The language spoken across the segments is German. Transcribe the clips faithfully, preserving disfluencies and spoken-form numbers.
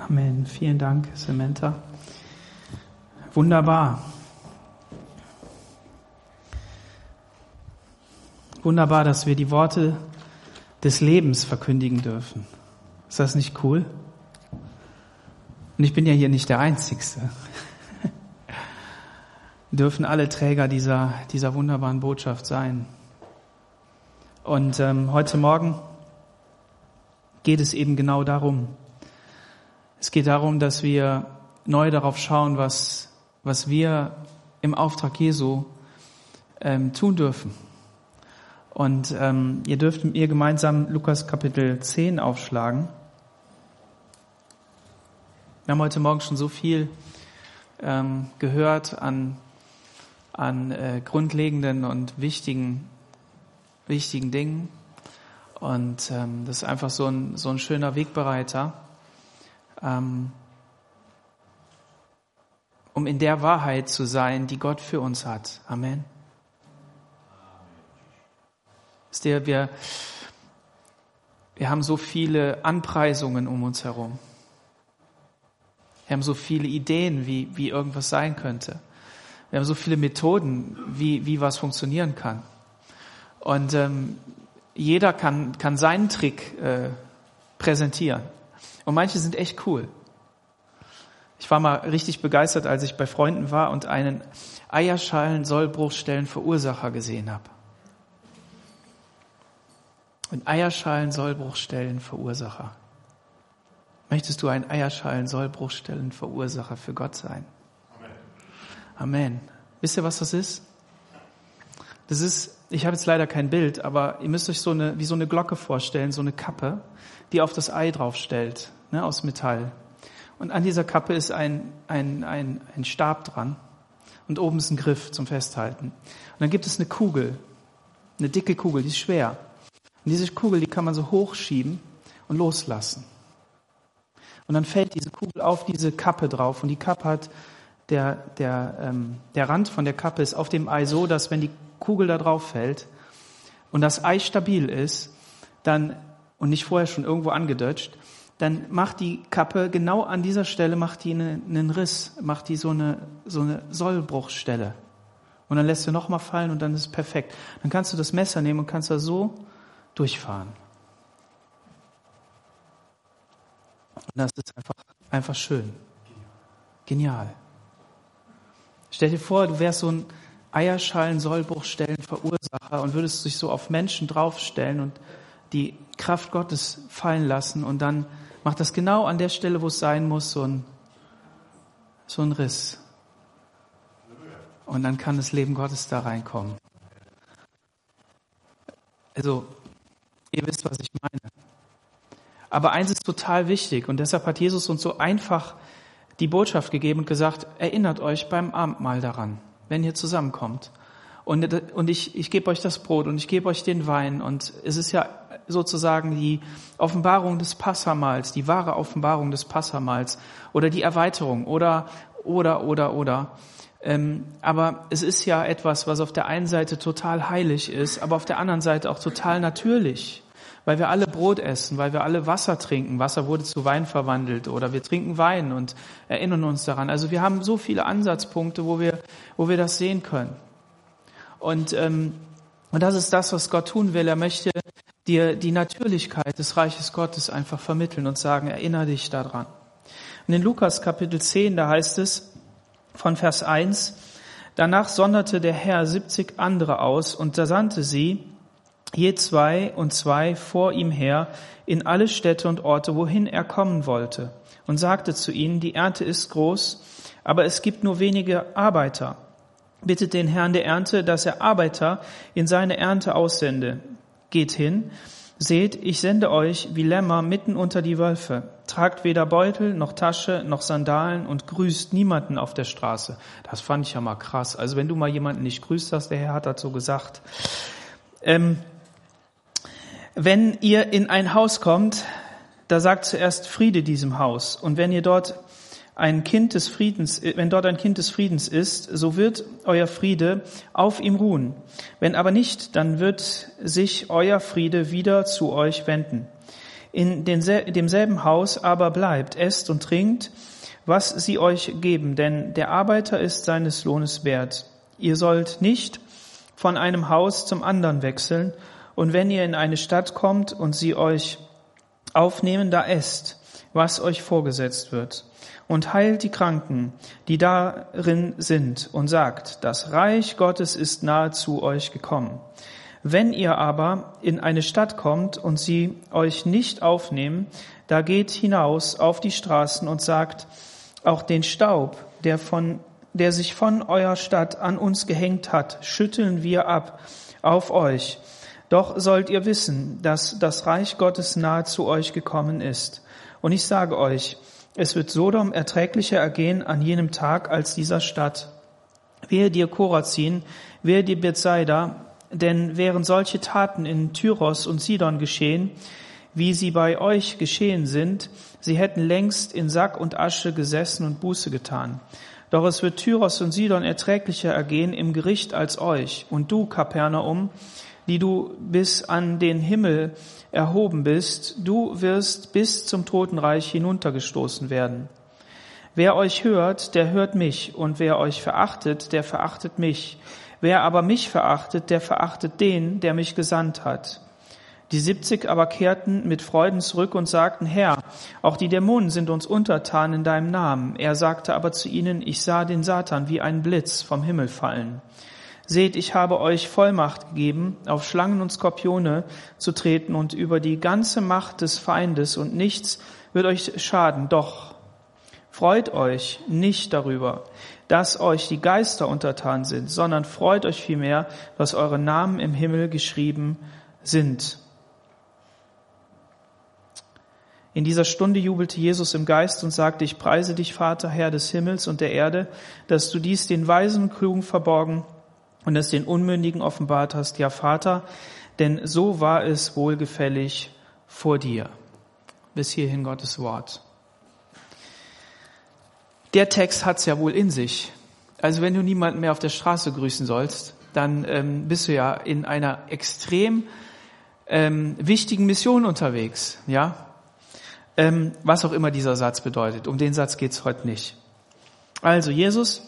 Amen. Vielen Dank, Samantha. Wunderbar. Wunderbar, dass wir die Worte des Lebens verkündigen dürfen. Ist das nicht cool? Und ich bin ja hier nicht der Einzigste. Wir dürfen alle Träger dieser, dieser wunderbaren Botschaft sein. Und ähm, heute Morgen geht es eben genau darum. Es geht darum, dass wir neu darauf schauen, was, was wir im Auftrag Jesu ähm, tun dürfen. Und ähm, ihr dürft mit mir gemeinsam Lukas Kapitel zehn aufschlagen. Wir haben heute Morgen schon so viel ähm, gehört an, an äh, grundlegenden und wichtigen, wichtigen Dingen. Und ähm, das ist einfach so ein, so ein schöner Wegbereiter, ähm, um in der Wahrheit zu sein, die Gott für uns hat. Amen. Der wir, wir haben so viele Anpreisungen um uns herum. Wir haben so viele Ideen, wie, wie irgendwas sein könnte. Wir haben so viele Methoden, wie, wie was funktionieren kann. Und ähm, jeder kann, kann seinen Trick äh, präsentieren. Und manche sind echt cool. Ich war mal richtig begeistert, als ich bei Freunden war und einen Eierschalen-Sollbruchstellen-Verursacher gesehen habe. Ein Eierschalen-Sollbruchstellen-Verursacher. Möchtest du ein Eierschalen-Sollbruchstellen-Verursacher für Gott sein? Amen. Amen. Wisst ihr, was das ist? Das ist, ich habe jetzt leider kein Bild, aber ihr müsst euch so eine, wie so eine Glocke vorstellen, so eine Kappe, die auf das Ei draufstellt, ne, aus Metall. Und an dieser Kappe ist ein, ein, ein, ein Stab dran und oben ist ein Griff zum Festhalten. Und dann gibt es eine Kugel, eine dicke Kugel, die ist schwer. Und diese Kugel, die kann man so hochschieben und loslassen. Und dann fällt diese Kugel auf diese Kappe drauf. Und die Kappe hat, der, der, ähm, der Rand von der Kappe ist auf dem Ei so, dass wenn die Kugel da drauf fällt und das Ei stabil ist, dann, und nicht vorher schon irgendwo angedutscht, dann macht die Kappe genau an dieser Stelle, macht die eine, einen Riss, macht die so eine, so eine Sollbruchstelle. Und dann lässt du nochmal fallen und dann ist es perfekt. Dann kannst du das Messer nehmen und kannst da so durchfahren. Und das ist einfach, einfach schön. Genial. Stell dir vor, du wärst so ein Eierschalen-Sollbruchstellen-Verursacher und würdest dich so auf Menschen draufstellen und die Kraft Gottes fallen lassen und dann macht das genau an der Stelle, wo es sein muss, so ein, so ein Riss. Und dann kann das Leben Gottes da reinkommen. Also, ihr wisst, was ich meine. Aber eins ist total wichtig und deshalb hat Jesus uns so einfach die Botschaft gegeben und gesagt, erinnert euch beim Abendmahl daran, wenn ihr zusammenkommt. Und, und ich, ich gebe euch das Brot und ich gebe euch den Wein und es ist ja sozusagen die Offenbarung des Passamahls, die wahre Offenbarung des Passamahls oder die Erweiterung oder, oder, oder, oder. Ähm, aber es ist ja etwas, was auf der einen Seite total heilig ist, aber auf der anderen Seite auch total natürlich. Weil wir alle Brot essen, weil wir alle Wasser trinken. Wasser wurde zu Wein verwandelt oder wir trinken Wein und erinnern uns daran. Also wir haben so viele Ansatzpunkte, wo wir, wo wir das sehen können. Und, ähm, und das ist das, was Gott tun will. Er möchte dir die Natürlichkeit des Reiches Gottes einfach vermitteln und sagen, erinnere dich daran. Und in Lukas Kapitel zehn, da heißt es von Vers eins, danach sonderte der Herr siebzig andere aus und da sandte sie, je zwei und zwei vor ihm her, in alle Städte und Orte, wohin er kommen wollte, und sagte zu ihnen, die Ernte ist groß, aber es gibt nur wenige Arbeiter. Bittet den Herrn der Ernte, dass er Arbeiter in seine Ernte aussende. Geht hin, seht, ich sende euch wie Lämmer mitten unter die Wölfe. Tragt weder Beutel, noch Tasche, noch Sandalen und grüßt niemanden auf der Straße. Das fand ich ja mal krass. Also wenn du mal jemanden nicht grüßt hast, der Herr hat das so gesagt. Ähm, wenn ihr in ein Haus kommt, da sagt zuerst Friede diesem Haus. Und wenn ihr dort ein Kind des Friedens, wenn dort ein Kind des Friedens ist, so wird euer Friede auf ihm ruhen. Wenn aber nicht, dann wird sich euer Friede wieder zu euch wenden. In demselben Haus aber bleibt, esst und trinkt, was sie euch geben, denn der Arbeiter ist seines Lohnes wert. Ihr sollt nicht von einem Haus zum anderen wechseln, und wenn ihr in eine Stadt kommt und sie euch aufnehmen, da esst, was euch vorgesetzt wird, und heilt die Kranken, die darin sind, und sagt, das Reich Gottes ist nahe zu euch gekommen. Wenn ihr aber in eine Stadt kommt und sie euch nicht aufnehmen, da geht hinaus auf die Straßen und sagt, auch den Staub, der von, der sich von eurer Stadt an uns gehängt hat, schütteln wir ab auf euch. Doch sollt ihr wissen, dass das Reich Gottes nahe zu euch gekommen ist. Und ich sage euch, es wird Sodom erträglicher ergehen an jenem Tag als dieser Stadt. Wehe dir Korazin, wehe dir Bethsaida, denn wären solche Taten in Tyros und Sidon geschehen, wie sie bei euch geschehen sind, sie hätten längst in Sack und Asche gesessen und Buße getan. Doch es wird Tyros und Sidon erträglicher ergehen im Gericht als euch. Und du, Kapernaum, die du bis an den Himmel erhoben bist, du wirst bis zum Totenreich hinuntergestoßen werden. Wer euch hört, der hört mich, und wer euch verachtet, der verachtet mich. Wer aber mich verachtet, der verachtet den, der mich gesandt hat. Die siebzig aber kehrten mit Freuden zurück und sagten, Herr, auch die Dämonen sind uns untertan in deinem Namen. Er sagte aber zu ihnen, ich sah den Satan wie ein Blitz vom Himmel fallen. Seht, ich habe euch Vollmacht gegeben, auf Schlangen und Skorpione zu treten und über die ganze Macht des Feindes, und nichts wird euch schaden. Doch freut euch nicht darüber, dass euch die Geister untertan sind, sondern freut euch vielmehr, dass eure Namen im Himmel geschrieben sind. In dieser Stunde jubelte Jesus im Geist und sagte, ich preise dich, Vater, Herr des Himmels und der Erde, dass du dies den Weisen und Klugen verborgen und es den Unmündigen offenbart hast. Ja, Vater, denn so war es wohlgefällig vor dir. Bis hierhin Gottes Wort. Der Text hat's ja wohl in sich. Also wenn du niemanden mehr auf der Straße grüßen sollst, dann ähm, bist du ja in einer extrem ähm, wichtigen Mission unterwegs, ja. Ähm, was auch immer dieser Satz bedeutet. Um den Satz geht's heute nicht. Also Jesus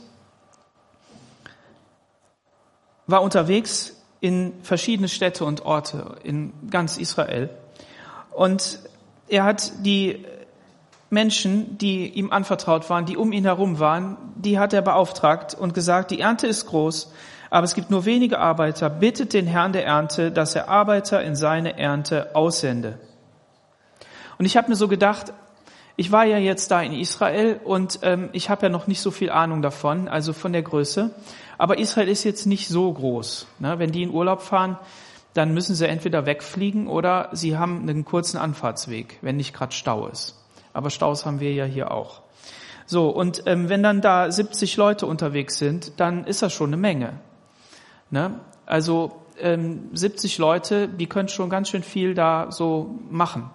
war unterwegs in verschiedene Städte und Orte in ganz Israel. Und er hat die Menschen, die ihm anvertraut waren, die um ihn herum waren, die hat er beauftragt und gesagt, die Ernte ist groß, aber es gibt nur wenige Arbeiter. Bittet den Herrn der Ernte, dass er Arbeiter in seine Ernte aussende. Und ich habe mir so gedacht, ich war ja jetzt da in Israel und ähm, ich habe ja noch nicht so viel Ahnung davon, also von der Größe. Aber Israel ist jetzt nicht so groß. Ne? Wenn die in Urlaub fahren, dann müssen sie entweder wegfliegen oder sie haben einen kurzen Anfahrtsweg, wenn nicht gerade Stau ist. Aber Staus haben wir ja hier auch. So, und ähm, wenn dann da siebzig Leute unterwegs sind, dann ist das schon eine Menge. Ne? Also ähm, siebzig Leute, die können schon ganz schön viel da so machen.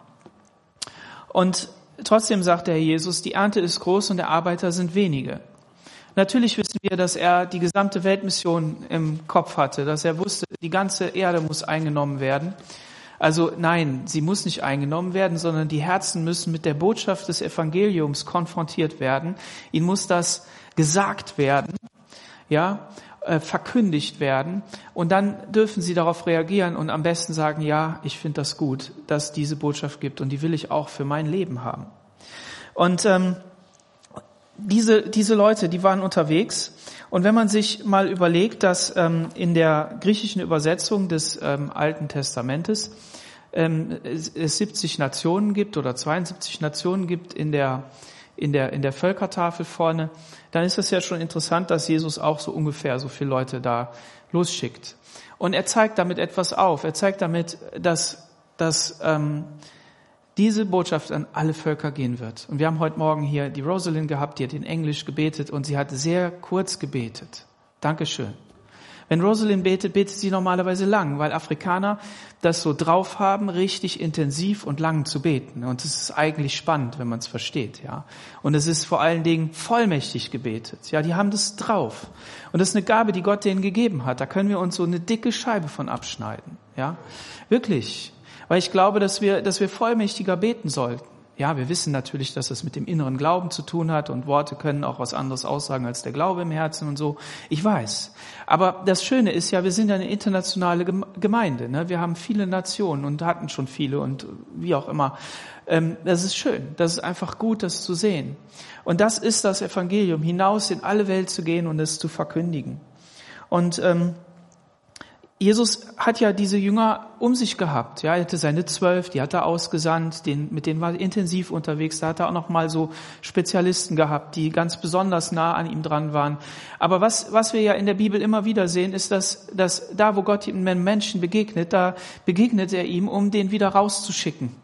Und trotzdem sagt der Herr Jesus, die Ernte ist groß und der Arbeiter sind wenige. Natürlich wissen wir, dass er die gesamte Weltmission im Kopf hatte, dass er wusste, die ganze Erde muss eingenommen werden. Also nein, sie muss nicht eingenommen werden, sondern die Herzen müssen mit der Botschaft des Evangeliums konfrontiert werden. Ihnen muss das gesagt werden, ja, äh, verkündigt werden. Und dann dürfen sie darauf reagieren und am besten sagen, ja, ich finde das gut, dass diese Botschaft gibt und die will ich auch für mein Leben haben. Und ähm, diese diese Leute, die waren unterwegs. Und wenn man sich mal überlegt, dass ähm, in der griechischen Übersetzung des ähm, Alten Testamentes ähm, es, es siebzig Nationen gibt oder zweiundsiebzig Nationen gibt in der in der in der Völkertafel vorne, dann ist es ja schon interessant, dass Jesus auch so ungefähr so viele Leute da losschickt. Und er zeigt damit etwas auf. Er zeigt damit, dass dass ähm, diese Botschaft an alle Völker gehen wird. Und wir haben heute Morgen hier die Rosalind gehabt, die hat in Englisch gebetet und sie hat sehr kurz gebetet. Dankeschön. Wenn Rosalind betet, betet sie normalerweise lang, weil Afrikaner das so drauf haben, richtig intensiv und lang zu beten. Und es ist eigentlich spannend, wenn man es versteht, ja. Und es ist vor allen Dingen vollmächtig gebetet. Ja, die haben das drauf. Und das ist eine Gabe, die Gott denen gegeben hat. Da können wir uns so eine dicke Scheibe von abschneiden, ja. Wirklich. Weil ich glaube, dass wir, dass wir vollmächtiger beten sollten. Ja, wir wissen natürlich, dass es mit dem inneren Glauben zu tun hat und Worte können auch was anderes aussagen als der Glaube im Herzen und so. Ich weiß. Aber das Schöne ist ja, wir sind ja eine internationale Gemeinde. Ne? Wir haben viele Nationen und hatten schon viele und wie auch immer. Ähm, das ist schön. Das ist einfach gut, das zu sehen. Und das ist das Evangelium, hinaus in alle Welt zu gehen und es zu verkündigen. Und ähm, Jesus hat ja diese Jünger um sich gehabt. Ja, er hatte seine zwölf, die hat er ausgesandt, den, mit denen war er intensiv unterwegs. Da hat er auch noch mal so Spezialisten gehabt, die ganz besonders nah an ihm dran waren. Aber was, was wir ja in der Bibel immer wieder sehen, ist, dass, dass da, wo Gott einem Menschen begegnet, da begegnet er ihm, um den wieder rauszuschicken.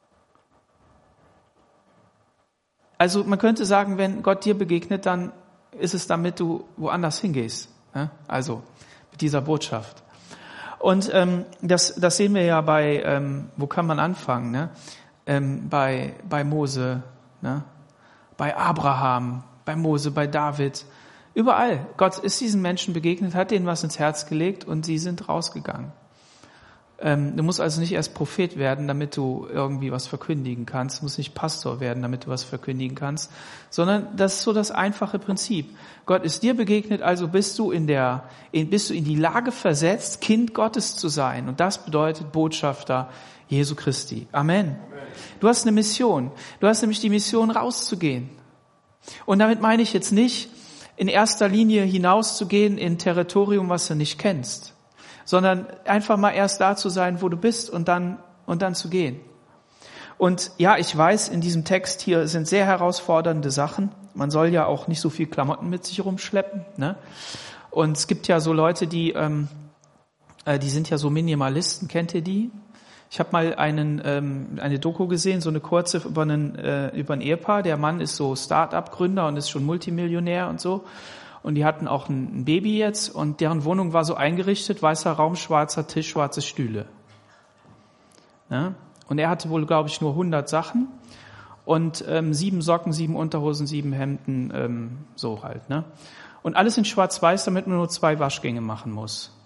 Also man könnte sagen, wenn Gott dir begegnet, dann ist es damit du woanders hingehst. Ja? Also mit dieser Botschaft. Und ähm, das, das sehen wir ja bei, ähm, wo kann man anfangen? Ne? Ähm, bei, bei Mose, ne? Bei Abraham, bei Mose, bei David. Überall. Gott ist diesen Menschen begegnet, hat denen was ins Herz gelegt und sie sind rausgegangen. Ähm, du musst also nicht erst Prophet werden, damit du irgendwie was verkündigen kannst. Du musst nicht Pastor werden, damit du was verkündigen kannst. Sondern das ist so das einfache Prinzip. Gott ist dir begegnet, also bist du in der, in, bist du in die Lage versetzt, Kind Gottes zu sein. Und das bedeutet Botschafter Jesu Christi. Amen. Amen. Du hast eine Mission. Du hast nämlich die Mission, rauszugehen. Und damit meine ich jetzt nicht, in erster Linie hinauszugehen in Territorium, was du nicht kennst, sondern einfach mal erst da zu sein, wo du bist und dann, und dann zu gehen. Und ja, ich weiß, in diesem Text hier sind sehr herausfordernde Sachen. Man soll ja auch nicht so viel Klamotten mit sich rumschleppen, ne? Und es gibt ja so Leute, die, ähm, äh, die sind ja so Minimalisten. Kennt ihr die? Ich habe mal einen, ähm, eine Doku gesehen, so eine kurze über einen, äh, über ein Ehepaar. Der Mann ist so Start-up-Gründer und ist schon Multimillionär und so. Und die hatten auch ein Baby jetzt und deren Wohnung war so eingerichtet, weißer Raum, schwarzer Tisch, schwarze Stühle. Ja? Und er hatte wohl, glaube ich, nur hundert Sachen und ähm, sieben Socken, sieben Unterhosen, sieben Hemden, ähm, so halt. Ne? Und alles in schwarz-weiß, damit man nur zwei Waschgänge machen muss.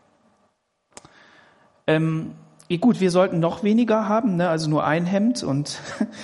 Ähm, gut, wir sollten noch weniger haben, ne? Also nur ein Hemd. Und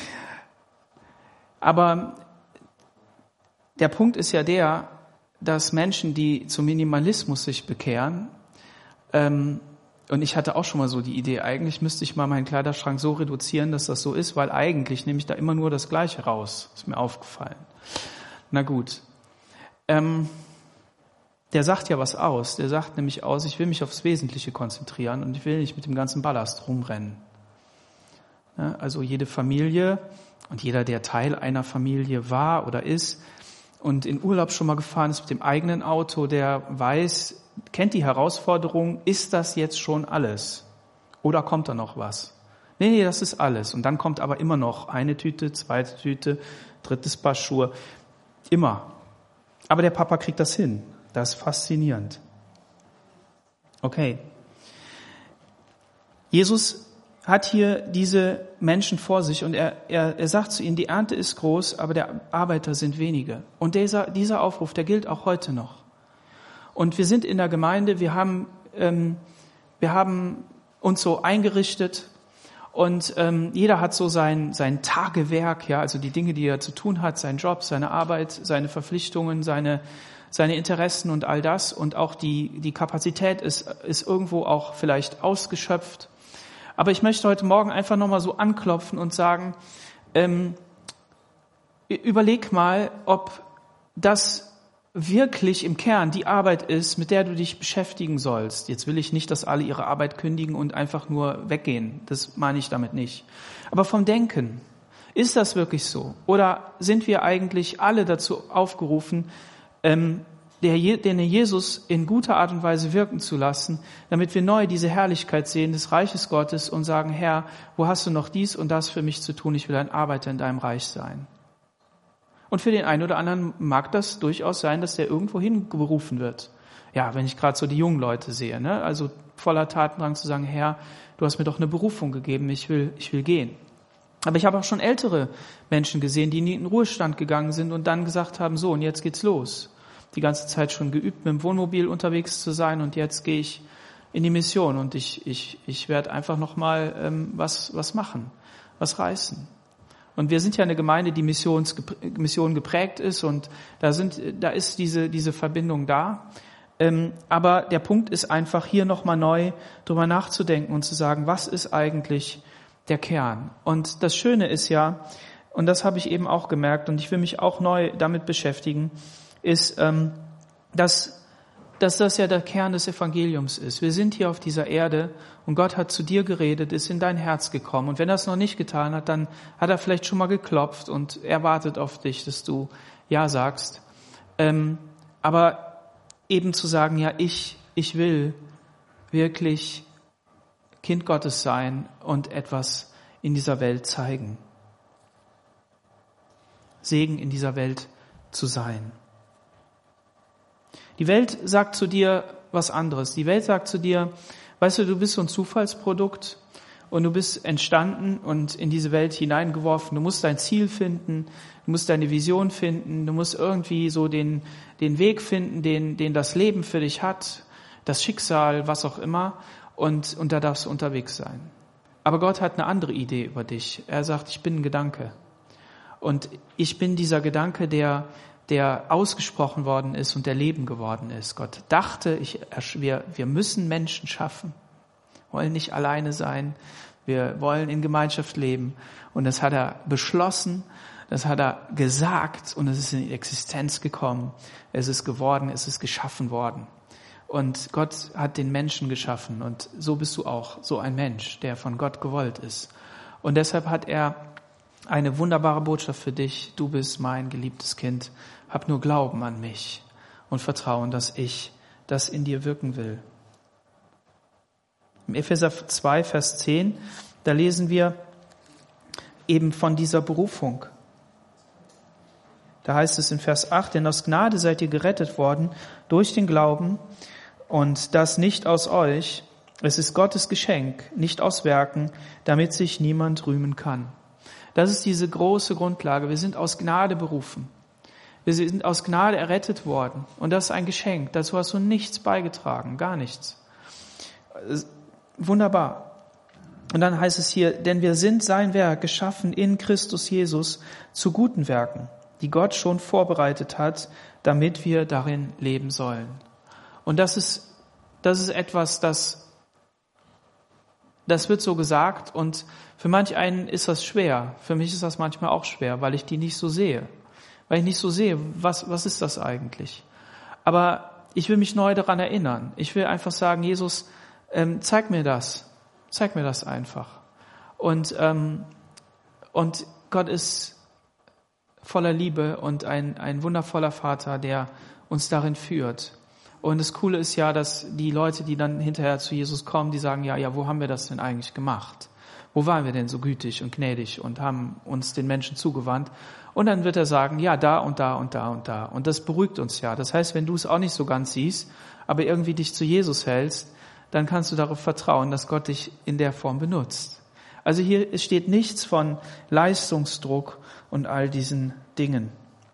aber der Punkt ist ja der, dass Menschen, die zum Minimalismus sich bekehren, ähm, und ich hatte auch schon mal so die Idee, eigentlich müsste ich mal meinen Kleiderschrank so reduzieren, dass das so ist, weil eigentlich nehme ich da immer nur das Gleiche raus. Ist mir aufgefallen. Na gut. Ähm, der sagt ja was aus. Der sagt nämlich aus, ich will mich aufs Wesentliche konzentrieren und ich will nicht mit dem ganzen Ballast rumrennen. Ja, also jede Familie und jeder, der Teil einer Familie war oder ist, und in Urlaub schon mal gefahren ist mit dem eigenen Auto, der weiß, kennt die Herausforderung, ist das jetzt schon alles? Oder kommt da noch was? Nee, nee, das ist alles. Und dann kommt aber immer noch eine Tüte, zweite Tüte, drittes Paar Schuhe. Immer. Aber der Papa kriegt das hin. Das ist faszinierend. Okay. Jesus hat hier diese Menschen vor sich und er, er, er sagt zu ihnen, die Ernte ist groß, aber der Arbeiter sind wenige. Und dieser, dieser Aufruf, der gilt auch heute noch. Und wir sind in der Gemeinde, wir haben, ähm, wir haben uns so eingerichtet und ähm, jeder hat so sein, sein Tagewerk, ja, also die Dinge, die er zu tun hat, seinen Job, seine Arbeit, seine Verpflichtungen, seine, seine Interessen und all das. Und auch die, die Kapazität ist, ist irgendwo auch vielleicht ausgeschöpft. Aber ich möchte heute Morgen einfach nochmal so anklopfen und sagen, ähm, überleg mal, ob das wirklich im Kern die Arbeit ist, mit der du dich beschäftigen sollst. Jetzt will ich nicht, dass alle ihre Arbeit kündigen und einfach nur weggehen. Das meine ich damit nicht. Aber vom Denken, ist das wirklich so? Oder sind wir eigentlich alle dazu aufgerufen, ähm, der, den Jesus in guter Art und Weise wirken zu lassen, damit wir neu diese Herrlichkeit sehen des Reiches Gottes und sagen, Herr, wo hast du noch dies und das für mich zu tun? Ich will ein Arbeiter in deinem Reich sein. Und für den einen oder anderen mag das durchaus sein, dass der irgendwo hingerufen wird. Ja, wenn ich gerade so die jungen Leute sehe, ne? Also voller Tatendrang zu sagen, Herr, du hast mir doch eine Berufung gegeben, ich will, ich will gehen. Aber ich habe auch schon ältere Menschen gesehen, die in den Ruhestand gegangen sind und dann gesagt haben, so, und jetzt geht's los. Die ganze Zeit schon geübt, mit dem Wohnmobil unterwegs zu sein und jetzt gehe ich in die Mission und ich, ich, ich werde einfach nochmal ähm, was, was machen, was reißen. Und wir sind ja eine Gemeinde, die Missions, Mission geprägt ist und da sind, da ist diese, diese Verbindung da. Ähm, aber der Punkt ist einfach, hier nochmal neu drüber nachzudenken und zu sagen, was ist eigentlich der Kern? Und das Schöne ist ja, und das habe ich eben auch gemerkt und ich will mich auch neu damit beschäftigen, ist, ähm, dass dass das ja der Kern des Evangeliums ist. Wir sind hier auf dieser Erde und Gott hat zu dir geredet, ist in dein Herz gekommen. Und wenn er es noch nicht getan hat, dann hat er vielleicht schon mal geklopft und er wartet auf dich, dass du Ja sagst. Ähm, aber eben zu sagen, ja, ich, ich will wirklich Kind Gottes sein und etwas in dieser Welt zeigen. Segen in dieser Welt zu sein. Die Welt sagt zu dir was anderes. Die Welt sagt zu dir, weißt du, du bist so ein Zufallsprodukt und du bist entstanden und in diese Welt hineingeworfen. Du musst dein Ziel finden, du musst deine Vision finden, du musst irgendwie so den, den Weg finden, den, den das Leben für dich hat, das Schicksal, was auch immer, und, und da darfst du unterwegs sein. Aber Gott hat eine andere Idee über dich. Er sagt, ich bin ein Gedanke. Und ich bin dieser Gedanke, der der ausgesprochen worden ist und der Leben geworden ist. Gott dachte, ich, wir, wir müssen Menschen schaffen, wollen nicht alleine sein, wir wollen in Gemeinschaft leben. Und das hat er beschlossen, das hat er gesagt und es ist in die Existenz gekommen. Es ist geworden, es ist geschaffen worden. Und Gott hat den Menschen geschaffen und so bist du auch so ein Mensch, der von Gott gewollt ist. Und deshalb hat er eine wunderbare Botschaft für dich. Du bist mein geliebtes Kind. Hab nur Glauben an mich und Vertrauen, dass ich das in dir wirken will. Im Epheser zwei, Vers zehn, da lesen wir eben von dieser Berufung. Da heißt es in Vers acht, denn aus Gnade seid ihr gerettet worden durch den Glauben und das nicht aus euch. Es ist Gottes Geschenk, nicht aus Werken, damit sich niemand rühmen kann. Das ist diese große Grundlage. Wir sind aus Gnade berufen. Wir sind aus Gnade errettet worden. Und das ist ein Geschenk. Dazu hast du nichts beigetragen, gar nichts. Wunderbar. Und dann heißt es hier, denn wir sind sein Werk, geschaffen in Christus Jesus zu guten Werken, die Gott schon vorbereitet hat, damit wir darin leben sollen. Und das ist, das ist etwas, das, das wird so gesagt und für manch einen ist das schwer. Für mich ist das manchmal auch schwer, weil ich die nicht so sehe. Weil ich nicht so sehe, was, was ist das eigentlich? Aber ich will mich neu daran erinnern. Ich will einfach sagen, Jesus, ähm, zeig mir das. Zeig mir das einfach. Und, ähm, und Gott ist voller Liebe und ein, ein wundervoller Vater, der uns darin führt. Und das Coole ist ja, dass die Leute, die dann hinterher zu Jesus kommen, die sagen, ja, ja, wo haben wir das denn eigentlich gemacht? Wo waren wir denn so gütig und gnädig und haben uns den Menschen zugewandt? Und dann wird er sagen, ja, da und da und da und da. Und das beruhigt uns ja. Das heißt, wenn du es auch nicht so ganz siehst, aber irgendwie dich zu Jesus hältst, dann kannst du darauf vertrauen, dass Gott dich in der Form benutzt. Also hier steht nichts von Leistungsdruck und all diesen Dingen.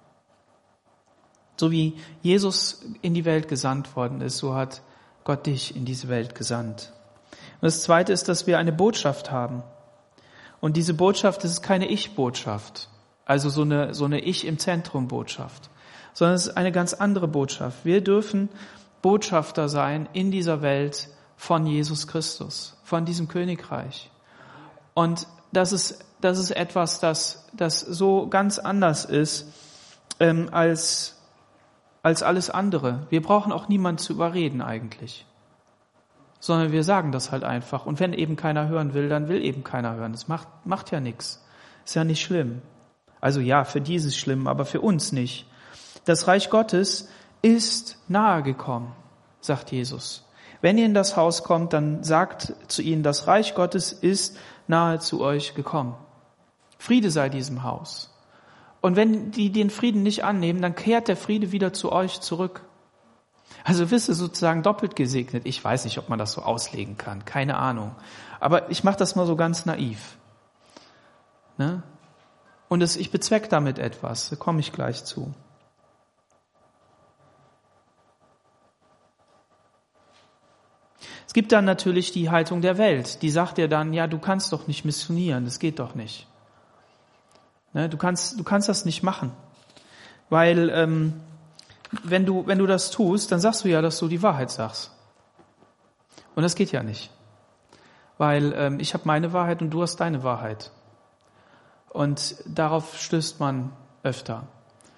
So wie Jesus in die Welt gesandt worden ist, so hat Gott dich in diese Welt gesandt. Und das Zweite ist, dass wir eine Botschaft haben. Und diese Botschaft, das ist keine Ich-Botschaft, also so eine, so eine Ich-im-Zentrum-Botschaft, sondern es ist eine ganz andere Botschaft. Wir dürfen Botschafter sein in dieser Welt von Jesus Christus, von diesem Königreich. Und das ist, das ist etwas, das, das so ganz anders ist ähm, als, als alles andere. Wir brauchen auch niemanden zu überreden eigentlich, sondern wir sagen das halt einfach. Und wenn eben keiner hören will, dann will eben keiner hören. Das macht, macht ja nichts. Ist ja nicht schlimm. Also ja, für die ist es schlimm, aber für uns nicht. Das Reich Gottes ist nahe gekommen, sagt Jesus. Wenn ihr in das Haus kommt, dann sagt zu ihnen, das Reich Gottes ist nahe zu euch gekommen. Friede sei diesem Haus. Und wenn die den Frieden nicht annehmen, dann kehrt der Friede wieder zu euch zurück. Also wirst du sozusagen doppelt gesegnet. Ich weiß nicht, ob man das so auslegen kann, keine Ahnung. Aber ich mache das mal so ganz naiv. Ne? Und es, ich bezwecke damit etwas, da komme ich gleich zu. Es gibt dann natürlich die Haltung der Welt, die sagt dir dann, ja, du kannst doch nicht missionieren, das geht doch nicht. Ne, du kannst, du kannst das nicht machen, weil ähm, wenn du, wenn du das tust, dann sagst du ja, dass du die Wahrheit sagst. Und das geht ja nicht, weil ähm, ich habe meine Wahrheit und du hast deine Wahrheit. Und darauf stößt man öfter.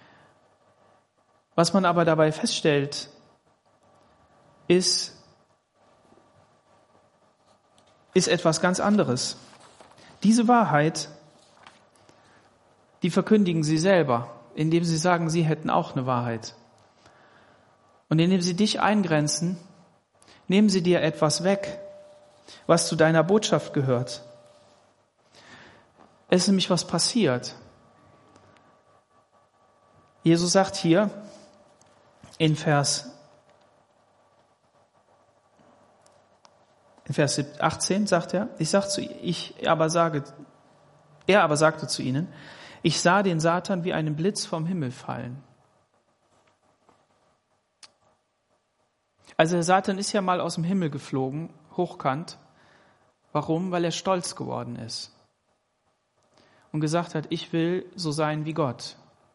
Was man aber dabei feststellt, ist, ist etwas ganz anderes. Diese Wahrheit, die verkündigen sie selber, indem sie sagen, sie hätten auch eine Wahrheit. Und indem sie dich eingrenzen, nehmen sie dir etwas weg, was zu deiner Botschaft gehört. Es ist nämlich was passiert. Jesus sagt hier in Vers, in Vers achtzehn, sagt er, ich sag zu, ich aber sage, er aber sagte zu ihnen, ich sah den Satan wie einen Blitz vom Himmel fallen. Also der Satan ist ja mal aus dem Himmel geflogen, hochkant. Warum? Weil er stolz geworden ist. Und gesagt hat, ich will so sein wie Gott.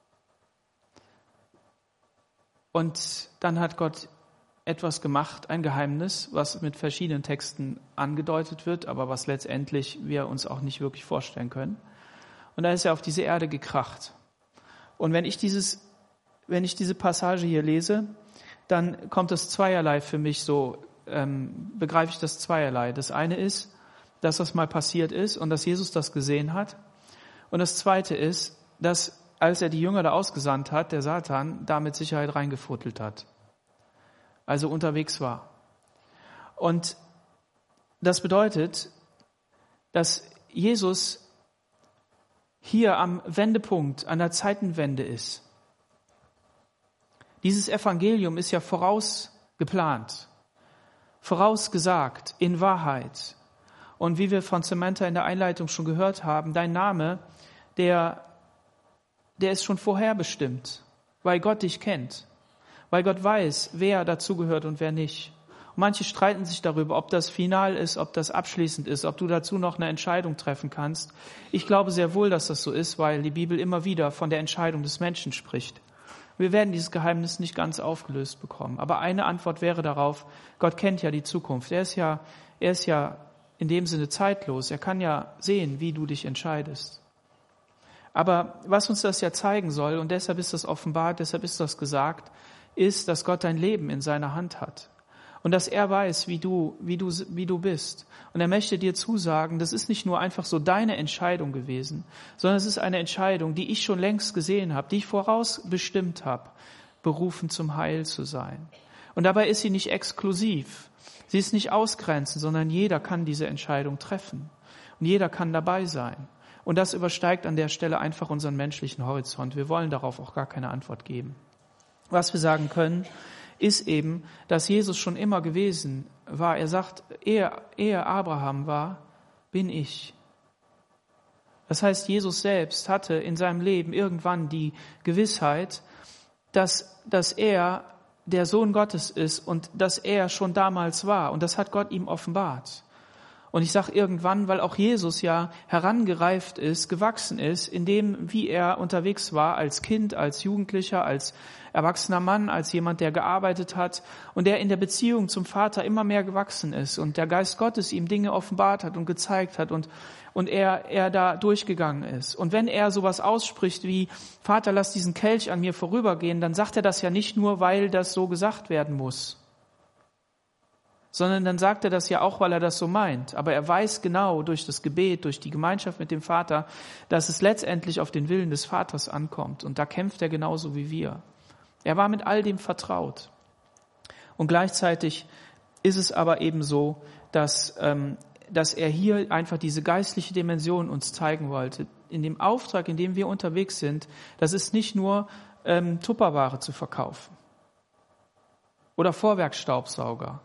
Und dann hat Gott etwas gemacht, ein Geheimnis, was mit verschiedenen Texten angedeutet wird, aber was letztendlich wir uns auch nicht wirklich vorstellen können. Und da ist er auf diese Erde gekracht. Und wenn ich dieses, wenn ich diese Passage hier lese, dann kommt das zweierlei für mich so, ähm, begreife ich das zweierlei. Das eine ist, dass das mal passiert ist und dass Jesus das gesehen hat. Und das Zweite ist, dass als er die Jünger da ausgesandt hat, der Satan da mit Sicherheit reingefuttelt hat. Also unterwegs war. Und das bedeutet, dass Jesus hier am Wendepunkt, an der Zeitenwende ist. Dieses Evangelium ist ja vorausgeplant, vorausgesagt, in Wahrheit. Und wie wir von Samantha in der Einleitung schon gehört haben, dein Name, der, der ist schon vorherbestimmt, weil Gott dich kennt, weil Gott weiß, wer dazugehört und wer nicht. Und manche streiten sich darüber, ob das final ist, ob das abschließend ist, ob du dazu noch eine Entscheidung treffen kannst. Ich glaube sehr wohl, dass das so ist, weil die Bibel immer wieder von der Entscheidung des Menschen spricht. Wir werden dieses Geheimnis nicht ganz aufgelöst bekommen. Aber eine Antwort wäre darauf, Gott kennt ja die Zukunft. Er ist ja, er ist ja in dem Sinne zeitlos. Er kann ja sehen, wie du dich entscheidest. Aber was uns das ja zeigen soll, und deshalb ist das offenbart, deshalb ist das gesagt, ist, dass Gott dein Leben in seiner Hand hat. Und dass er weiß, wie du, wie du, wie du bist. Und er möchte dir zusagen, das ist nicht nur einfach so deine Entscheidung gewesen, sondern es ist eine Entscheidung, die ich schon längst gesehen habe, die ich vorausbestimmt habe, berufen zum Heil zu sein. Und dabei ist sie nicht exklusiv. Sie ist nicht ausgrenzend, sondern jeder kann diese Entscheidung treffen. Und jeder kann dabei sein. Und das übersteigt an der Stelle einfach unseren menschlichen Horizont. Wir wollen darauf auch gar keine Antwort geben. Was wir sagen können, ist eben, dass Jesus schon immer gewesen war. Er sagt, ehe, ehe Abraham war, bin ich. Das heißt, Jesus selbst hatte in seinem Leben irgendwann die Gewissheit, dass, dass er der Sohn Gottes ist und dass er schon damals war. Und das hat Gott ihm offenbart. Und ich sage irgendwann, weil auch Jesus ja herangereift ist, gewachsen ist, in dem, wie er unterwegs war, als Kind, als Jugendlicher, als erwachsener Mann, als jemand, der gearbeitet hat und der in der Beziehung zum Vater immer mehr gewachsen ist und der Geist Gottes ihm Dinge offenbart hat und gezeigt hat und, und er, er da durchgegangen ist. Und wenn er sowas ausspricht wie, Vater, lass diesen Kelch an mir vorübergehen, dann sagt er das ja nicht nur, weil das so gesagt werden muss, sondern dann sagt er das ja auch, weil er das so meint. Aber er weiß genau durch das Gebet, durch die Gemeinschaft mit dem Vater, dass es letztendlich auf den Willen des Vaters ankommt. Und da kämpft er genauso wie wir. Er war mit all dem vertraut. Und gleichzeitig ist es aber eben so, dass, ähm, dass er hier einfach diese geistliche Dimension uns zeigen wollte. In dem Auftrag, in dem wir unterwegs sind, das ist nicht nur ähm, Tupperware zu verkaufen oder Vorwerkstaubsauger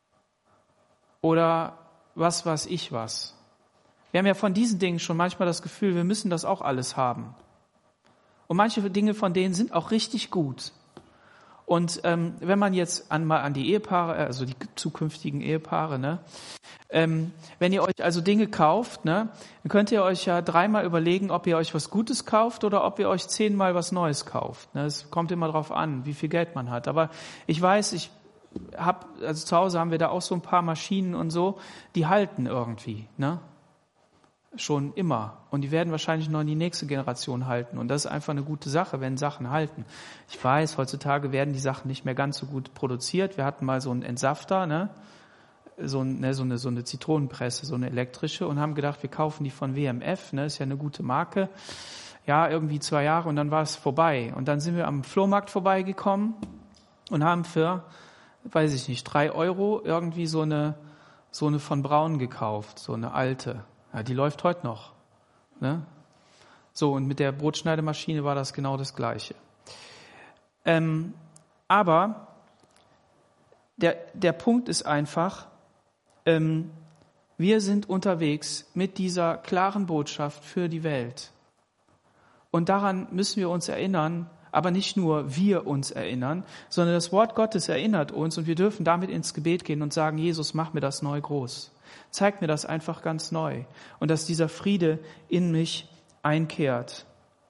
oder was weiß ich was. Wir haben ja von diesen Dingen schon manchmal das Gefühl, wir müssen das auch alles haben. Und manche Dinge von denen sind auch richtig gut. Und ähm, wenn man jetzt an, mal an die Ehepaare, also die zukünftigen Ehepaare, ne, ähm, wenn ihr euch also Dinge kauft, ne, dann könnt ihr euch ja dreimal überlegen, ob ihr euch was Gutes kauft oder ob ihr euch zehnmal was Neues kauft. Ne. Es kommt immer drauf an, wie viel Geld man hat. Aber ich weiß, ich habe, also zu Hause haben wir da auch so ein paar Maschinen und so, die halten irgendwie, ne? Schon immer. Und die werden wahrscheinlich noch in die nächste Generation halten. Und das ist einfach eine gute Sache, wenn Sachen halten. Ich weiß, heutzutage werden die Sachen nicht mehr ganz so gut produziert. Wir hatten mal so einen Entsafter, ne? So, ein, ne, so, eine, so eine Zitronenpresse, so eine elektrische, und haben gedacht, wir kaufen die von W M F, ne? Ist ja eine gute Marke. Ja, irgendwie zwei Jahre und dann war es vorbei. Und dann sind wir am Flohmarkt vorbeigekommen und haben für, weiß ich nicht, drei Euro irgendwie so eine, so eine von Braun gekauft, so eine alte. Ja, die läuft heute noch. Ne? So, und mit der Brotschneidemaschine war das genau das Gleiche. Ähm, aber der, der Punkt ist einfach, ähm, wir sind unterwegs mit dieser klaren Botschaft für die Welt. Und daran müssen wir uns erinnern, aber nicht nur wir uns erinnern, sondern das Wort Gottes erinnert uns und wir dürfen damit ins Gebet gehen und sagen, Jesus, mach mir das neu groß. Zeig mir das einfach ganz neu und dass dieser Friede in mich einkehrt.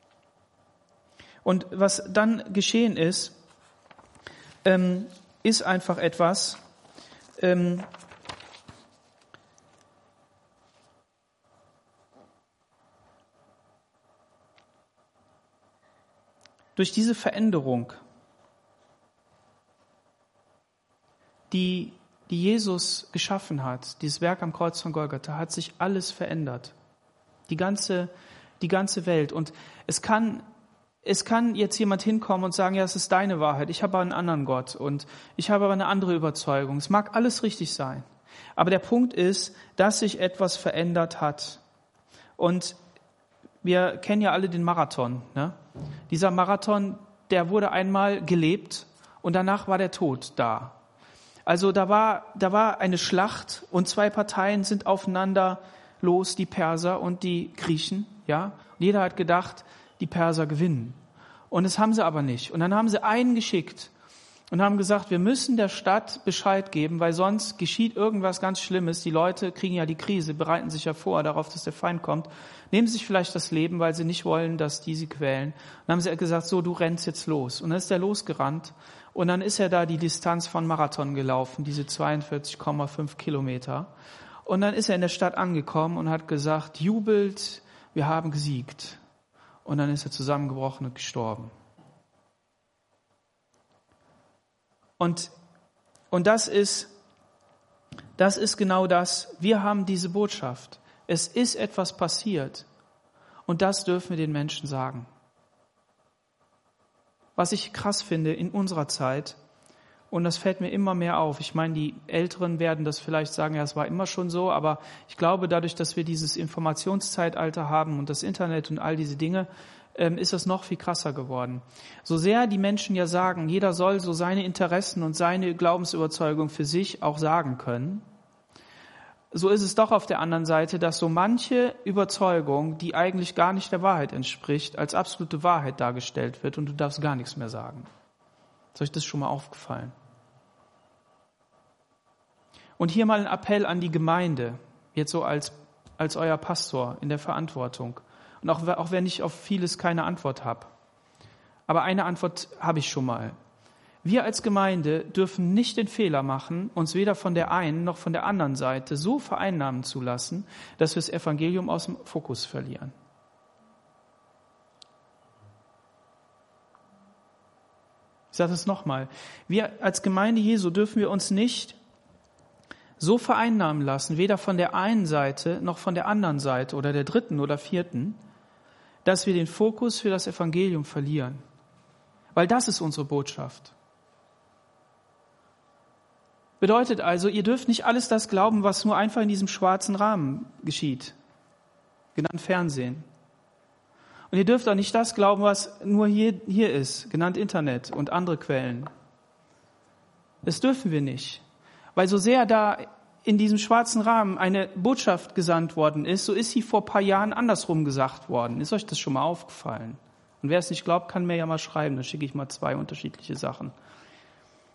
Und was dann geschehen ist, ähm, ist einfach etwas, ähm, durch diese Veränderung, die die Jesus geschaffen hat, dieses Werk am Kreuz von Golgatha, hat sich alles verändert. Die ganze, die ganze Welt. Und es kann, es kann jetzt jemand hinkommen und sagen, ja, es ist deine Wahrheit, ich habe aber einen anderen Gott und ich habe aber eine andere Überzeugung. Es mag alles richtig sein. Aber der Punkt ist, dass sich etwas verändert hat. Und wir kennen ja alle den Marathon, ne? Dieser Marathon, der wurde einmal gelebt und danach war der Tod da. Also da war, da war eine Schlacht und zwei Parteien sind aufeinander los, die Perser und die Griechen, ja. Und jeder hat gedacht, die Perser gewinnen. Und das haben sie aber nicht. Und dann haben sie einen geschickt und haben gesagt, wir müssen der Stadt Bescheid geben, weil sonst geschieht irgendwas ganz Schlimmes. Die Leute kriegen ja die Krise, bereiten sich ja vor darauf, dass der Feind kommt, nehmen sich vielleicht das Leben, weil sie nicht wollen, dass die sie quälen. Und dann haben sie gesagt, so, du rennst jetzt los. Und dann ist er losgerannt. Und dann ist er da die Distanz von Marathon gelaufen, diese zweiundvierzig Komma fünf Kilometer. Und dann ist er in der Stadt angekommen und hat gesagt, jubelt, wir haben gesiegt. Und dann ist er zusammengebrochen und gestorben. Und, und das ist, das ist genau das. Wir haben diese Botschaft. Es ist etwas passiert. Und das dürfen wir den Menschen sagen. Was ich krass finde in unserer Zeit, und das fällt mir immer mehr auf, ich meine, die Älteren werden das vielleicht sagen, ja, es war immer schon so, aber ich glaube, dadurch, dass wir dieses Informationszeitalter haben und das Internet und all diese Dinge, ähm, ist das noch viel krasser geworden. So sehr die Menschen ja sagen, jeder soll so seine Interessen und seine Glaubensüberzeugung für sich auch sagen können, so ist es doch auf der anderen Seite, dass so manche Überzeugung, die eigentlich gar nicht der Wahrheit entspricht, als absolute Wahrheit dargestellt wird und du darfst gar nichts mehr sagen. Ist euch das schon mal aufgefallen? Und hier mal ein Appell an die Gemeinde, jetzt so als, als euer Pastor in der Verantwortung. Und auch, auch wenn ich auf vieles keine Antwort habe. Aber eine Antwort habe ich schon mal. Wir als Gemeinde dürfen nicht den Fehler machen, uns weder von der einen noch von der anderen Seite so vereinnahmen zu lassen, dass wir das Evangelium aus dem Fokus verlieren. Ich sage es nochmal. Wir als Gemeinde Jesu dürfen wir uns nicht so vereinnahmen lassen, weder von der einen Seite noch von der anderen Seite oder der dritten oder vierten, dass wir den Fokus für das Evangelium verlieren. Weil das ist unsere Botschaft. Bedeutet also, ihr dürft nicht alles das glauben, was nur einfach in diesem schwarzen Rahmen geschieht, genannt Fernsehen. Und ihr dürft auch nicht das glauben, was nur hier, hier ist, genannt Internet und andere Quellen. Das dürfen wir nicht. Weil so sehr da in diesem schwarzen Rahmen eine Botschaft gesandt worden ist, so ist sie vor ein paar Jahren andersrum gesagt worden. Ist euch das schon mal aufgefallen? Und wer es nicht glaubt, kann mir ja mal schreiben, dann schicke ich mal zwei unterschiedliche Sachen.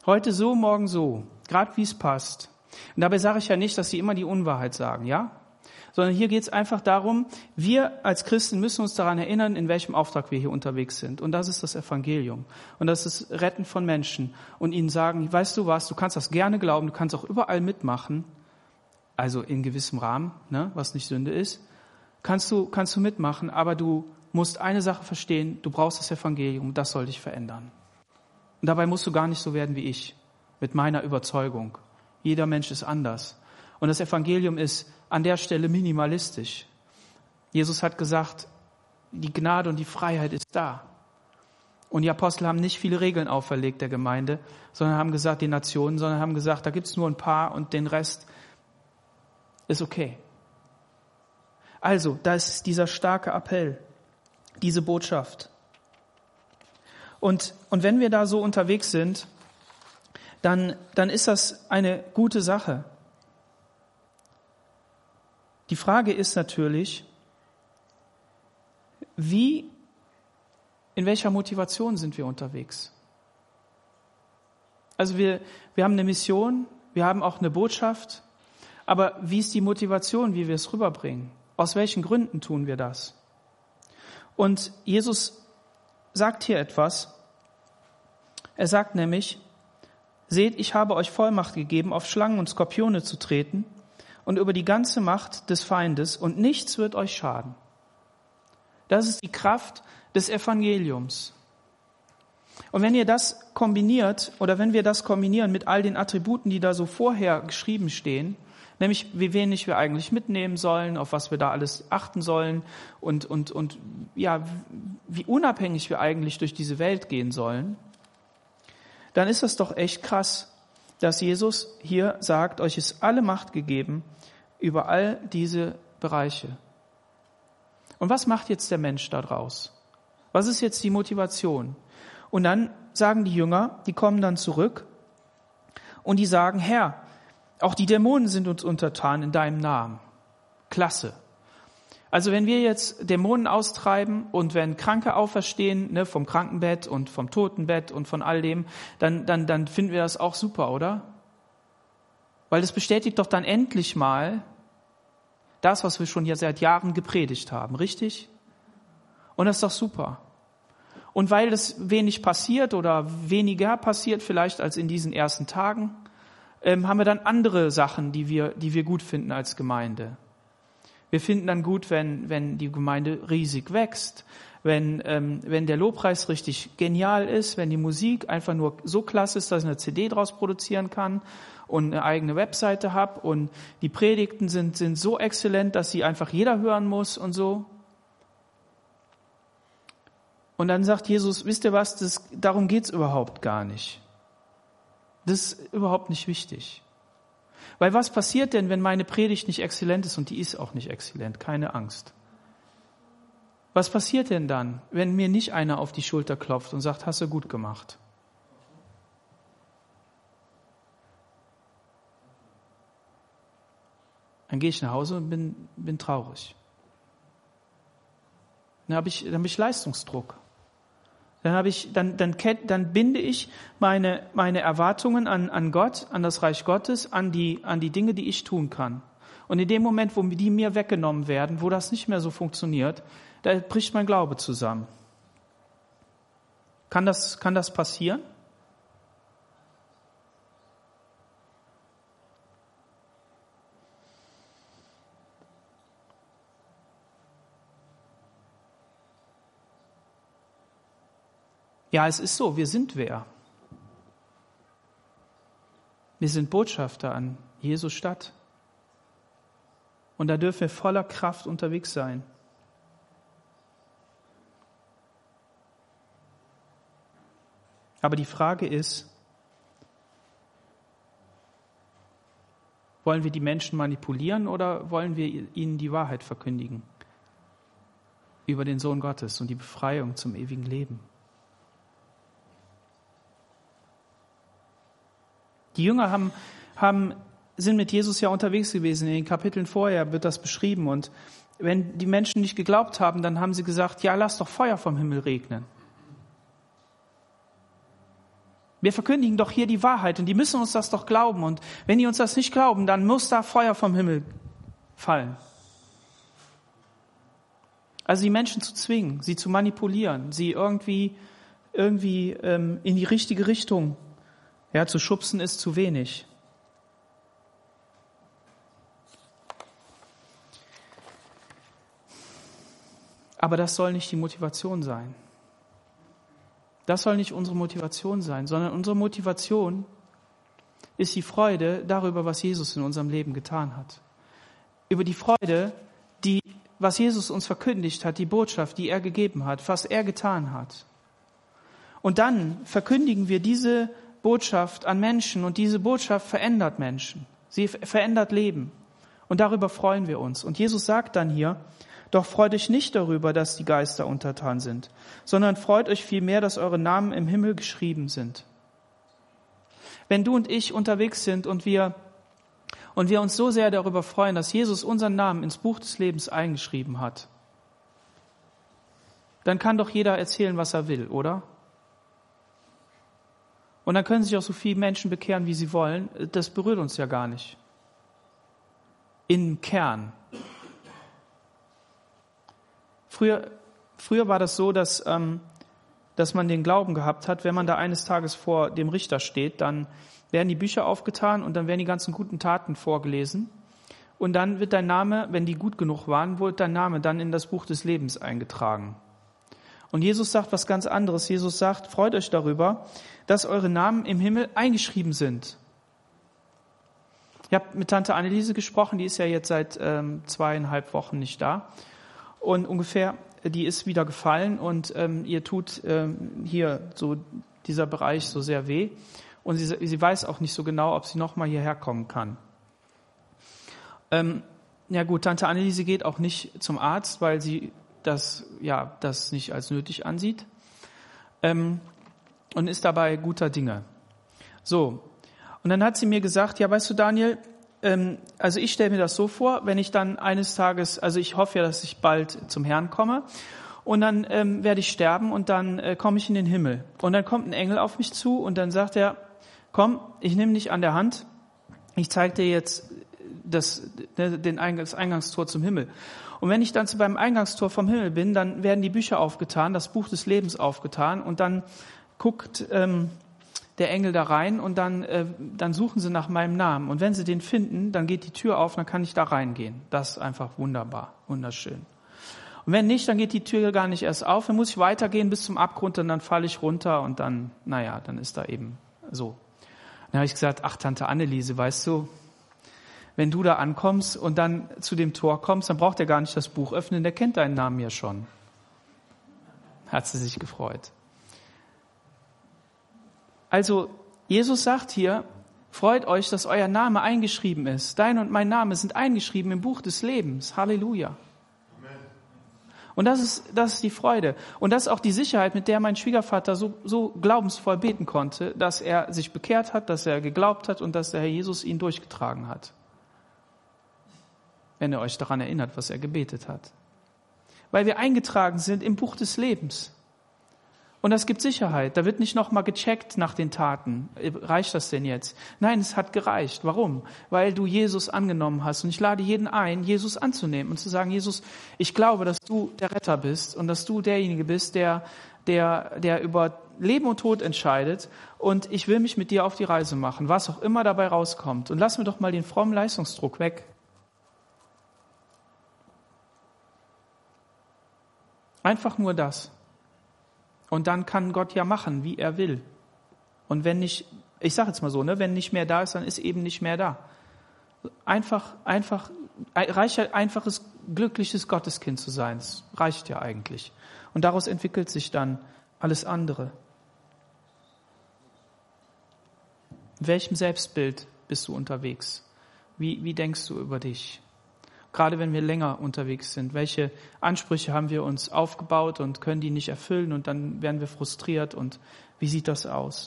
Heute so, morgen so, gerade wie es passt. Und dabei sage ich ja nicht, dass sie immer die Unwahrheit sagen, ja? Sondern hier geht es einfach darum, wir als Christen müssen uns daran erinnern, in welchem Auftrag wir hier unterwegs sind. Und das ist das Evangelium. Und das ist Retten von Menschen. Und ihnen sagen, weißt du was, du kannst das gerne glauben, du kannst auch überall mitmachen, also in gewissem Rahmen, ne, was nicht Sünde ist, kannst du, kannst du mitmachen, aber du musst eine Sache verstehen, du brauchst das Evangelium, das soll dich verändern. Und dabei musst du gar nicht so werden wie ich, mit meiner Überzeugung. Jeder Mensch ist anders. Und das Evangelium ist an der Stelle minimalistisch. Jesus hat gesagt, die Gnade und die Freiheit ist da. Und die Apostel haben nicht viele Regeln auferlegt der Gemeinde, sondern haben gesagt, die Nationen, sondern haben gesagt, da gibt es nur ein paar und den Rest ist okay. Also, da ist dieser starke Appell, diese Botschaft. Und, und wenn wir da so unterwegs sind, dann, dann ist das eine gute Sache. Die Frage ist natürlich, wie, in welcher Motivation sind wir unterwegs? Also wir, wir haben eine Mission, wir haben auch eine Botschaft, aber wie ist die Motivation, wie wir es rüberbringen? Aus welchen Gründen tun wir das? Und Jesus sagt hier etwas. Er sagt nämlich, seht, ich habe euch Vollmacht gegeben, auf Schlangen und Skorpione zu treten und über die ganze Macht des Feindes, und nichts wird euch schaden. Das ist die Kraft des Evangeliums. Und wenn ihr das kombiniert, oder wenn wir das kombinieren mit all den Attributen, die da so vorher geschrieben stehen, nämlich wie wenig wir eigentlich mitnehmen sollen, auf was wir da alles achten sollen und, und, und ja, wie unabhängig wir eigentlich durch diese Welt gehen sollen, dann ist das doch echt krass, dass Jesus hier sagt, euch ist alle Macht gegeben über all diese Bereiche. Und was macht jetzt der Mensch da draus? Was ist jetzt die Motivation? Und dann sagen die Jünger, die kommen dann zurück und die sagen, Herr, auch die Dämonen sind uns untertan in deinem Namen. Klasse. Also wenn wir jetzt Dämonen austreiben und wenn Kranke auferstehen, ne, vom Krankenbett und vom Totenbett und von all dem, dann, dann, dann finden wir das auch super, oder? Weil das bestätigt doch dann endlich mal das, was wir schon ja seit Jahren gepredigt haben, richtig? Und das ist doch super. Und weil das wenig passiert oder weniger passiert vielleicht als in diesen ersten Tagen, ähm, haben wir dann andere Sachen, die wir, die wir gut finden als Gemeinde. Wir finden dann gut, wenn, wenn die Gemeinde riesig wächst, wenn, ähm, wenn der Lobpreis richtig genial ist, wenn die Musik einfach nur so klasse ist, dass ich eine C D draus produzieren kann und eine eigene Webseite habe und die Predigten sind, sind so exzellent, dass sie einfach jeder hören muss und so. Und dann sagt Jesus, wisst ihr was, das, darum geht's überhaupt gar nicht. Das ist überhaupt nicht wichtig. Weil was passiert denn, wenn meine Predigt nicht exzellent ist, und die ist auch nicht exzellent, keine Angst. Was passiert denn dann, wenn mir nicht einer auf die Schulter klopft und sagt, hast du gut gemacht? Dann gehe ich nach Hause und bin, bin traurig. Dann habe ich, dann habe ich Leistungsdruck. Dann habe ich, dann, dann, dann binde ich meine, meine Erwartungen an, an Gott, an das Reich Gottes, an die, an die Dinge, die ich tun kann. Und in dem Moment, wo die mir weggenommen werden, wo das nicht mehr so funktioniert, da bricht mein Glaube zusammen. Kann das, kann das passieren? Ja, es ist so, wir sind wer? Wir sind Botschafter an Jesu Stadt. Und da dürfen wir voller Kraft unterwegs sein. Aber die Frage ist, wollen wir die Menschen manipulieren oder wollen wir ihnen die Wahrheit verkündigen? Über den Sohn Gottes und die Befreiung zum ewigen Leben. Die Jünger haben, haben, sind mit Jesus ja unterwegs gewesen. In den Kapiteln vorher wird das beschrieben. Und wenn die Menschen nicht geglaubt haben, dann haben sie gesagt, ja, lass doch Feuer vom Himmel regnen. Wir verkündigen doch hier die Wahrheit und die müssen uns das doch glauben. Und wenn die uns das nicht glauben, dann muss da Feuer vom Himmel fallen. Also die Menschen zu zwingen, sie zu manipulieren, sie irgendwie, irgendwie ähm, in die richtige Richtung ja, zu schubsen, ist zu wenig. Aber das soll nicht die Motivation sein. Das soll nicht unsere Motivation sein, sondern unsere Motivation ist die Freude darüber, was Jesus in unserem Leben getan hat. Über die Freude, die, was Jesus uns verkündigt hat, die Botschaft, die er gegeben hat, was er getan hat. Und dann verkündigen wir diese Botschaft an Menschen und diese Botschaft verändert Menschen. Sie verändert Leben. Und darüber freuen wir uns. Und Jesus sagt dann hier, doch freut euch nicht darüber, dass die Geister untertan sind, sondern freut euch vielmehr, dass eure Namen im Himmel geschrieben sind. Wenn du und ich unterwegs sind und wir, und wir uns so sehr darüber freuen, dass Jesus unseren Namen ins Buch des Lebens eingeschrieben hat, dann kann doch jeder erzählen, was er will, oder? Und dann können sich auch so viele Menschen bekehren, wie sie wollen. Das berührt uns ja gar nicht. Im Kern. Früher, früher war das so, dass, ähm, dass man den Glauben gehabt hat, wenn man da eines Tages vor dem Richter steht, dann werden die Bücher aufgetan und dann werden die ganzen guten Taten vorgelesen. Und dann wird dein Name, wenn die gut genug waren, wird dein Name dann in das Buch des Lebens eingetragen. Und Jesus sagt was ganz anderes. Jesus sagt, freut euch darüber, dass eure Namen im Himmel eingeschrieben sind. Ich habe mit Tante Anneliese gesprochen, die ist ja jetzt seit ähm, zweieinhalb Wochen nicht da. Und ungefähr, die ist wieder gefallen und ähm, ihr tut ähm, hier so dieser Bereich so sehr weh. Und sie, sie weiß auch nicht so genau, ob sie nochmal hierher kommen kann. Ähm, ja gut, Tante Anneliese geht auch nicht zum Arzt, weil sie das, ja, das nicht als nötig ansieht. Ähm, und ist dabei guter Dinge. So, und dann hat sie mir gesagt, ja, weißt du, Daniel, ähm, also ich stelle mir das so vor, wenn ich dann eines Tages, also ich hoffe ja, dass ich bald zum Herrn komme und dann ähm, werde ich sterben und dann äh, komme ich in den Himmel. Und dann kommt ein Engel auf mich zu und dann sagt er, komm, ich nehme dich an der Hand, ich zeige dir jetzt das, den Eingangs, das Eingangstor zum Himmel. Und wenn ich dann zu beim Eingangstor vom Himmel bin, dann werden die Bücher aufgetan, das Buch des Lebens aufgetan und dann guckt ähm, der Engel da rein und dann, äh, dann suchen sie nach meinem Namen. Und wenn sie den finden, dann geht die Tür auf, dann kann ich da reingehen. Das ist einfach wunderbar, wunderschön. Und wenn nicht, dann geht die Tür gar nicht erst auf, dann muss ich weitergehen bis zum Abgrund und dann falle ich runter und dann, naja, dann ist da eben so. Dann habe ich gesagt, ach Tante Anneliese, weißt du, wenn du da ankommst und dann zu dem Tor kommst, dann braucht er gar nicht das Buch öffnen, der kennt deinen Namen ja schon. Hat sie sich gefreut. Also, Jesus sagt hier, freut euch, dass euer Name eingeschrieben ist. Dein und mein Name sind eingeschrieben im Buch des Lebens. Halleluja. Amen. Und das ist, das ist die Freude. Und das ist auch die Sicherheit, mit der mein Schwiegervater so, so glaubensvoll beten konnte, dass er sich bekehrt hat, dass er geglaubt hat und dass der Herr Jesus ihn durchgetragen hat. Wenn ihr euch daran erinnert, was er gebetet hat. Weil wir eingetragen sind im Buch des Lebens. Und das gibt Sicherheit. Da wird nicht nochmal gecheckt nach den Taten. Reicht das denn jetzt? Nein, es hat gereicht. Warum? Weil du Jesus angenommen hast. Und ich lade jeden ein, Jesus anzunehmen und zu sagen, Jesus, ich glaube, dass du der Retter bist und dass du derjenige bist, der, der, der über Leben und Tod entscheidet. Und ich will mich mit dir auf die Reise machen, was auch immer dabei rauskommt. Und lass mir doch mal den frommen Leistungsdruck weg. Einfach nur das. Und dann kann Gott ja machen, wie er will. Und wenn nicht, ich sage jetzt mal so, ne, wenn nicht mehr da ist, dann ist eben nicht mehr da. Einfach, einfach, reicht ja einfaches, glückliches Gotteskind zu sein. Das reicht ja eigentlich. Und daraus entwickelt sich dann alles andere. In welchem Selbstbild bist du unterwegs? Wie, wie denkst du über dich? Gerade wenn wir länger unterwegs sind, welche Ansprüche haben wir uns aufgebaut und können die nicht erfüllen und dann werden wir frustriert und wie sieht das aus?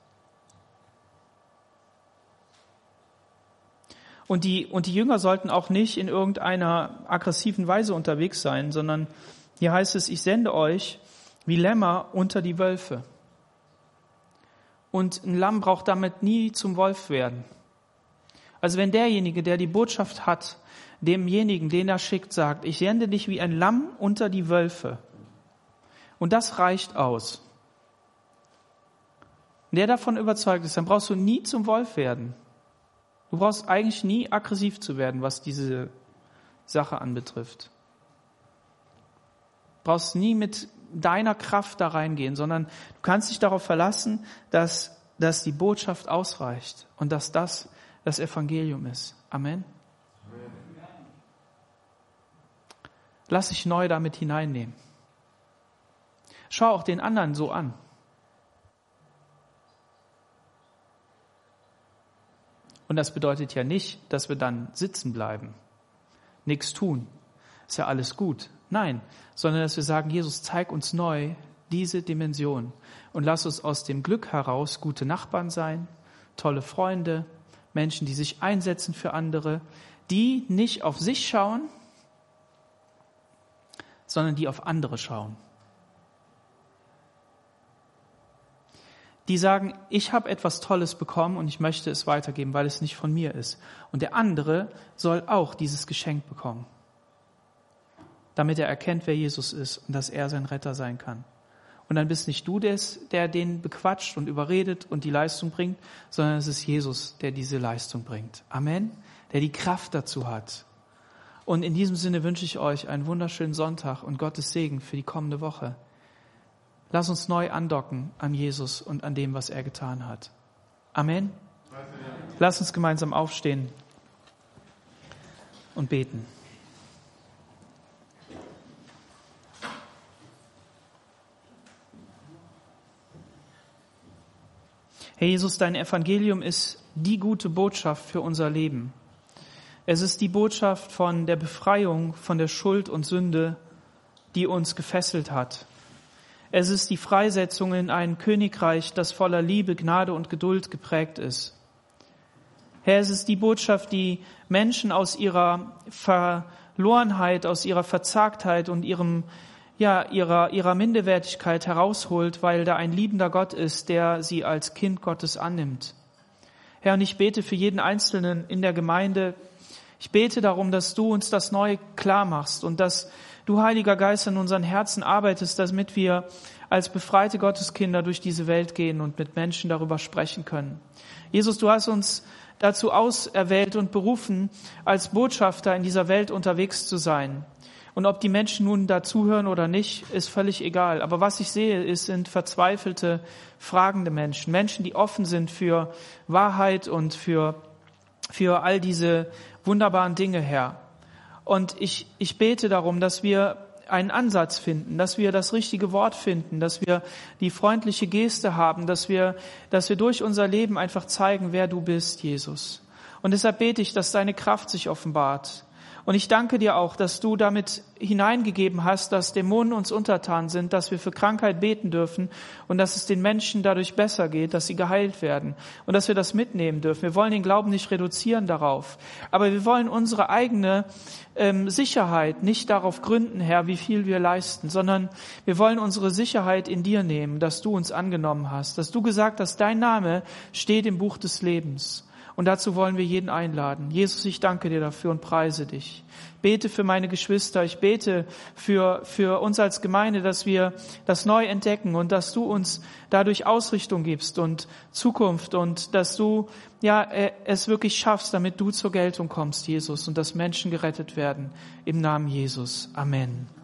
Und die, und die Jünger sollten auch nicht in irgendeiner aggressiven Weise unterwegs sein, sondern hier heißt es, ich sende euch wie Lämmer unter die Wölfe. Und ein Lamm braucht damit nie zum Wolf werden. Also wenn derjenige, der die Botschaft hat, demjenigen, den er schickt, sagt, ich sende dich wie ein Lamm unter die Wölfe. Und das reicht aus. Wenn der davon überzeugt ist, dann brauchst du nie zum Wolf werden. Du brauchst eigentlich nie aggressiv zu werden, was diese Sache anbetrifft. Du brauchst nie mit deiner Kraft da reingehen, sondern du kannst dich darauf verlassen, dass, dass die Botschaft ausreicht und dass das das Evangelium ist. Amen. Amen. Lass dich neu damit hineinnehmen. Schau auch den anderen so an. Und das bedeutet ja nicht, dass wir dann sitzen bleiben, nichts tun. Ist ja alles gut. Nein, sondern dass wir sagen, Jesus, zeig uns neu diese Dimension und lass uns aus dem Glück heraus gute Nachbarn sein, tolle Freunde, Menschen, die sich einsetzen für andere, die nicht auf sich schauen, sondern die auf andere schauen. Die sagen, ich habe etwas Tolles bekommen und ich möchte es weitergeben, weil es nicht von mir ist. Und der andere soll auch dieses Geschenk bekommen, damit er erkennt, wer Jesus ist und dass er sein Retter sein kann. Und dann bist nicht du des, der den bequatscht und überredet und die Leistung bringt, sondern es ist Jesus, der diese Leistung bringt. Amen. Der die Kraft dazu hat. Und in diesem Sinne wünsche ich euch einen wunderschönen Sonntag und Gottes Segen für die kommende Woche. Lass uns neu andocken an Jesus und an dem, was er getan hat. Amen. Lass uns gemeinsam aufstehen und beten. Herr Jesus, dein Evangelium ist die gute Botschaft für unser Leben. Es ist die Botschaft von der Befreiung von der Schuld und Sünde, die uns gefesselt hat. Es ist die Freisetzung in ein Königreich, das voller Liebe, Gnade und Geduld geprägt ist. Herr, es ist die Botschaft, die Menschen aus ihrer Verlorenheit, aus ihrer Verzagtheit und ihrem, ja, ihrer, ihrer Minderwertigkeit herausholt, weil da ein liebender Gott ist, der sie als Kind Gottes annimmt. Herr, und ich bete für jeden Einzelnen in der Gemeinde. Ich bete darum, dass du uns das neu klar machst und dass du, Heiliger Geist, in unseren Herzen arbeitest, damit wir als befreite Gotteskinder durch diese Welt gehen und mit Menschen darüber sprechen können. Jesus, du hast uns dazu auserwählt und berufen, als Botschafter in dieser Welt unterwegs zu sein. Und ob die Menschen nun dazuhören oder nicht, ist völlig egal. Aber was ich sehe, ist, sind verzweifelte, fragende Menschen. Menschen, die offen sind für Wahrheit und für, für all diese wunderbaren Dinge, Herr. Und ich, ich bete darum, dass wir einen Ansatz finden, dass wir das richtige Wort finden, dass wir die freundliche Geste haben, dass wir, dass wir durch unser Leben einfach zeigen, wer du bist, Jesus. Und deshalb bete ich, dass deine Kraft sich offenbart. Und ich danke dir auch, dass du damit hineingegeben hast, dass Dämonen uns untertan sind, dass wir für Krankheit beten dürfen und dass es den Menschen dadurch besser geht, dass sie geheilt werden und dass wir das mitnehmen dürfen. Wir wollen den Glauben nicht reduzieren darauf, aber wir wollen unsere eigene ähm, Sicherheit nicht darauf gründen, Herr, wie viel wir leisten, sondern wir wollen unsere Sicherheit in dir nehmen, dass du uns angenommen hast, dass du gesagt hast, dein Name steht im Buch des Lebens. Und dazu wollen wir jeden einladen. Jesus, ich danke dir dafür und preise dich. Bete für meine Geschwister. Ich bete für, für uns als Gemeinde, dass wir das neu entdecken und dass du uns dadurch Ausrichtung gibst und Zukunft und dass du, ja, es wirklich schaffst, damit du zur Geltung kommst, Jesus, und dass Menschen gerettet werden. Im Namen Jesus. Amen.